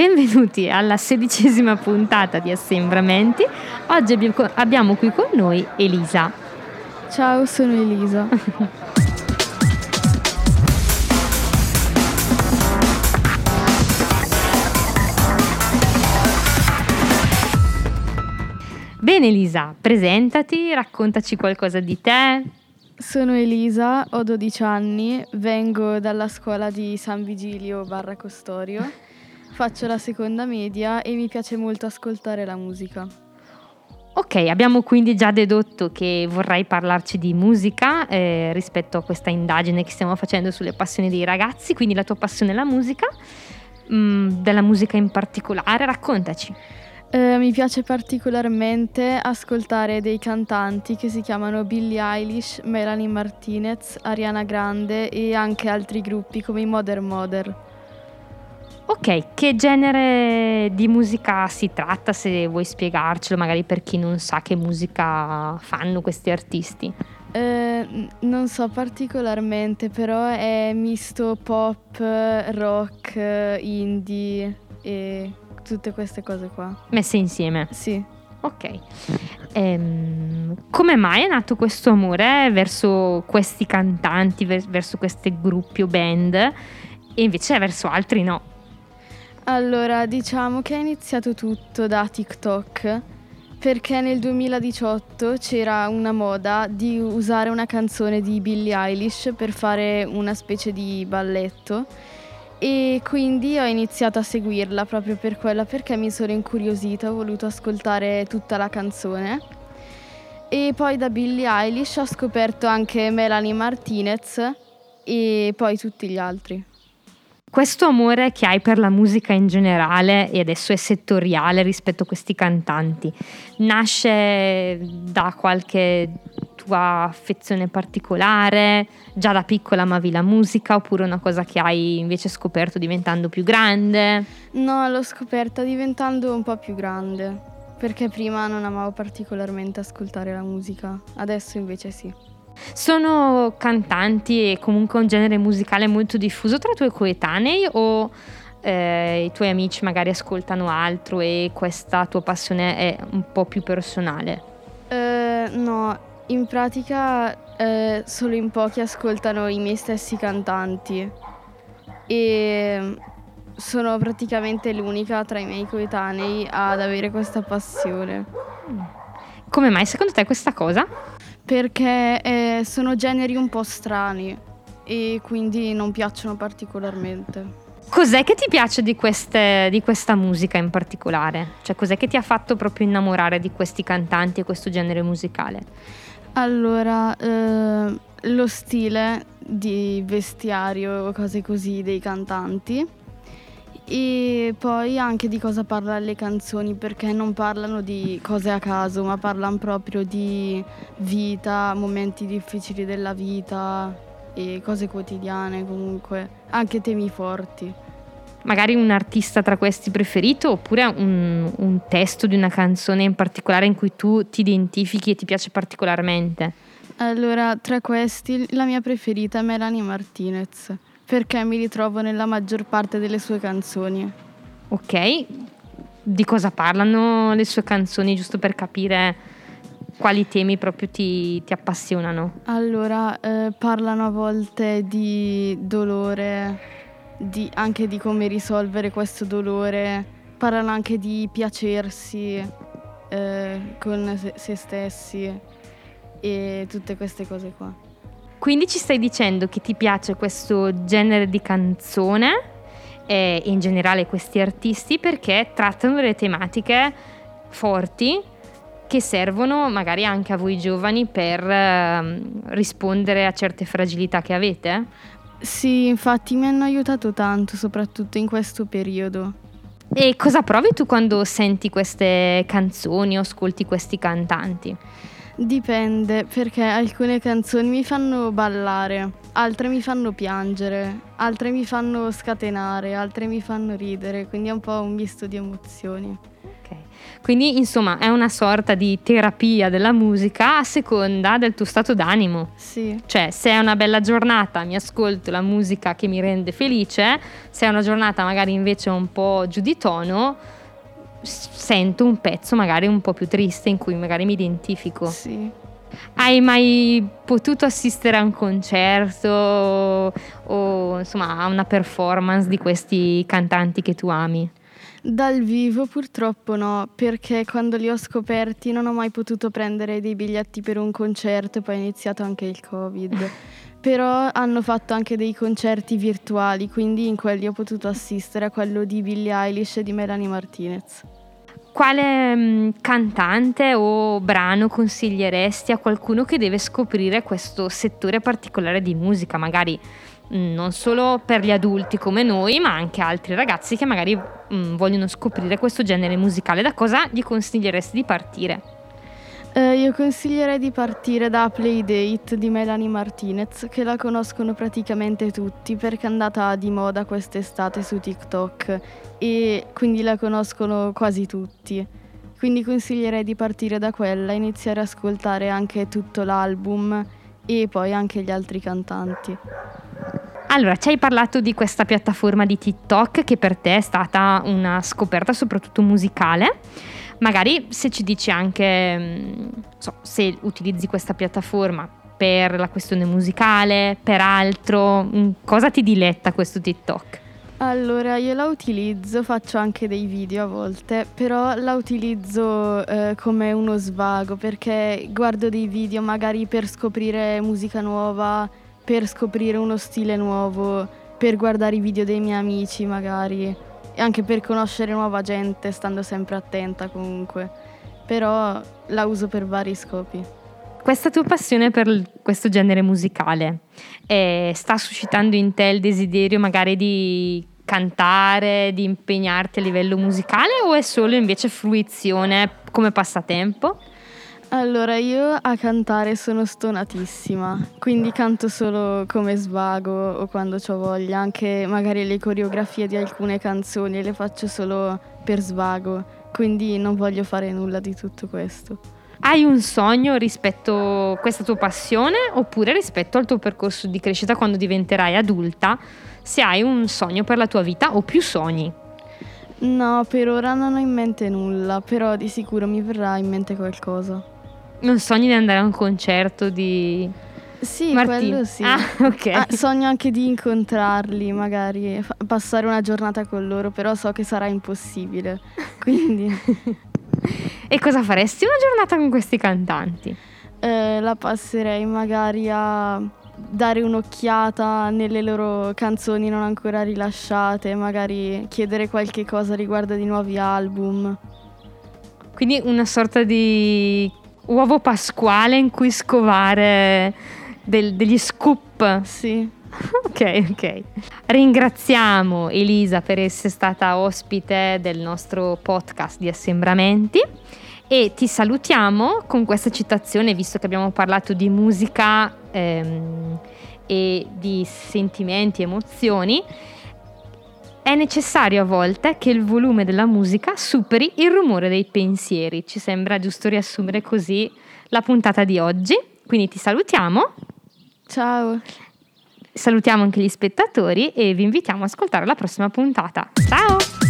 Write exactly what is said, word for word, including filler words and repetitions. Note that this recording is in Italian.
benvenuti alla sedicesima puntata di Assembramenti. Oggi abbiamo qui con noi Elisa. Ciao, sono Elisa. Bene Elisa, presentati, raccontaci qualcosa di te. Sono Elisa, ho dodici anni, vengo dalla scuola di San Vigilio barra Costorio, faccio la seconda media e mi piace molto ascoltare la musica. Ok, abbiamo quindi già dedotto che vorrai parlarci di musica eh, rispetto a questa indagine che stiamo facendo sulle passioni dei ragazzi, quindi la tua passione è la musica, mm, della musica in particolare, raccontaci. Eh, mi piace particolarmente ascoltare dei cantanti che si chiamano Billie Eilish, Melanie Martinez, Ariana Grande e anche altri gruppi come i Mother Mother. Ok, che genere di musica si tratta, se vuoi spiegarcelo, magari per chi non sa che musica fanno questi artisti? Eh, non so particolarmente, però è misto pop, rock, indie e tutte queste cose qua. Messe insieme? Sì. Ok. Ehm, come mai è nato questo amore verso questi cantanti, verso questi gruppi o band e invece verso altri no? Allora, diciamo che è iniziato tutto da TikTok, perché nel duemiladiciotto c'era una moda di usare una canzone di Billie Eilish per fare una specie di balletto e quindi ho iniziato a seguirla proprio per quella, perché mi sono incuriosita, ho voluto ascoltare tutta la canzone e poi da Billie Eilish ho scoperto anche Melanie Martinez e poi tutti gli altri. Questo amore che hai per la musica in generale e adesso è settoriale rispetto a questi cantanti, nasce da qualche tua affezione particolare? Già da piccola amavi la musica oppure una cosa che hai invece scoperto diventando più grande? No, l'ho scoperta diventando un po' più grande, perché prima non amavo particolarmente ascoltare la musica, adesso invece sì. Sono cantanti e comunque un genere musicale molto diffuso tra i tuoi coetanei o eh, i tuoi amici magari ascoltano altro e questa tua passione è un po' più personale? Eh, no, in pratica eh, solo in pochi ascoltano i miei stessi cantanti e sono praticamente l'unica tra i miei coetanei ad avere questa passione. Come mai secondo te questa cosa? Perché eh, sono generi un po' strani e quindi non piacciono particolarmente. Cos'è che ti piace di, queste, di questa musica in particolare? Cioè cos'è che ti ha fatto proprio innamorare di questi cantanti e questo genere musicale? Allora, eh, lo stile di vestiario o cose così dei cantanti e poi anche di cosa parlano le canzoni, perché non parlano di cose a caso, ma parlano proprio di vita, momenti difficili della vita e cose quotidiane, comunque, anche temi forti. Magari un artista tra questi preferito oppure un, un testo di una canzone in particolare in cui tu ti identifichi e ti piace particolarmente? Allora, tra questi la mia preferita è Melanie Martinez, perché mi ritrovo nella maggior parte delle sue canzoni. Ok, di cosa parlano le sue canzoni, giusto per capire quali temi proprio ti, ti appassionano? Allora, eh, parlano a volte di dolore, di, anche di come risolvere questo dolore, parlano anche di piacersi eh, con se, se stessi e tutte queste cose qua. Quindi ci stai dicendo che ti piace questo genere di canzone e in generale questi artisti perché trattano delle tematiche forti che servono magari anche a voi giovani per eh, rispondere a certe fragilità che avete? Sì, infatti mi hanno aiutato tanto, soprattutto in questo periodo. E cosa provi tu quando senti queste canzoni o ascolti questi cantanti? Dipende, perché alcune canzoni mi fanno ballare, altre mi fanno piangere, altre mi fanno scatenare, altre mi fanno ridere, quindi è un po' un misto di emozioni. Ok. Quindi insomma è una sorta di terapia della musica a seconda del tuo stato d'animo. Sì. Cioè, se è una bella giornata mi ascolto la musica che mi rende felice, se è una giornata magari invece un po' giù di tono, sento un pezzo magari un po' più triste in cui magari mi identifico. Sì. Hai mai potuto assistere a un concerto o insomma a una performance di questi cantanti che tu ami? Dal vivo purtroppo no, perché quando li ho scoperti non ho mai potuto prendere dei biglietti per un concerto e poi è iniziato anche il Covid. Però hanno fatto anche dei concerti virtuali, quindi in quelli ho potuto assistere a quello di Billie Eilish e di Melanie Martinez. Quale mh, cantante o brano consiglieresti a qualcuno che deve scoprire questo settore particolare di musica, magari mh, non solo per gli adulti come noi, ma anche altri ragazzi che magari mh, vogliono scoprire questo genere musicale? Da cosa gli consiglieresti di partire? Eh, io consiglierei di partire da Playdate di Melanie Martinez, che la conoscono praticamente tutti perché è andata di moda quest'estate su TikTok e quindi la conoscono quasi tutti. Quindi consiglierei di partire da quella, iniziare ad ascoltare anche tutto l'album e poi anche gli altri cantanti. Allora, ci hai parlato di questa piattaforma di TikTok che per te è stata una scoperta soprattutto musicale. Magari se ci dici anche, non so, se utilizzi questa piattaforma per la questione musicale, per altro, cosa ti diletta questo TikTok? Allora, io la utilizzo, faccio anche dei video a volte, però la utilizzo eh, come uno svago perché guardo dei video magari per scoprire musica nuova, per scoprire uno stile nuovo, per guardare i video dei miei amici magari. E anche per conoscere nuova gente, stando sempre attenta comunque. Però la uso per vari scopi. Questa tua passione per l- questo genere musicale eh, sta suscitando in te il desiderio magari di cantare, di impegnarti a livello musicale, o è solo invece fruizione come passatempo? Allora, io a cantare sono stonatissima, quindi canto solo come svago o quando ho voglia, anche magari le coreografie di alcune canzoni le faccio solo per svago, quindi non voglio fare nulla di tutto questo. Hai un sogno rispetto a questa tua passione oppure rispetto al tuo percorso di crescita quando diventerai adulta? Se hai un sogno per la tua vita o più sogni? No, per ora non ho in mente nulla, però di sicuro mi verrà in mente qualcosa. Non sogni di andare a un concerto di Sì, Martino? quello sì. Ah, ok. Ah, sogno anche di incontrarli, magari fa- passare una giornata con loro, però so che sarà impossibile. Quindi E cosa faresti una giornata con questi cantanti? eh, la passerei magari a dare un'occhiata nelle loro canzoni non ancora rilasciate, magari chiedere qualche cosa riguardo di nuovi album. Quindi una sorta di uovo pasquale in cui scovare del- degli scoop. Sì. Ok, ok. Ringraziamo Elisa per essere stata ospite del nostro podcast di Assembramenti e ti salutiamo con questa citazione, visto che abbiamo parlato di musica ehm, e di sentimenti, emozioni. È necessario a volte che il volume della musica superi il rumore dei pensieri. Ci sembra giusto riassumere così la puntata di oggi. Quindi ti salutiamo. Ciao. Salutiamo anche gli spettatori e vi invitiamo ad ascoltare la prossima puntata. Ciao!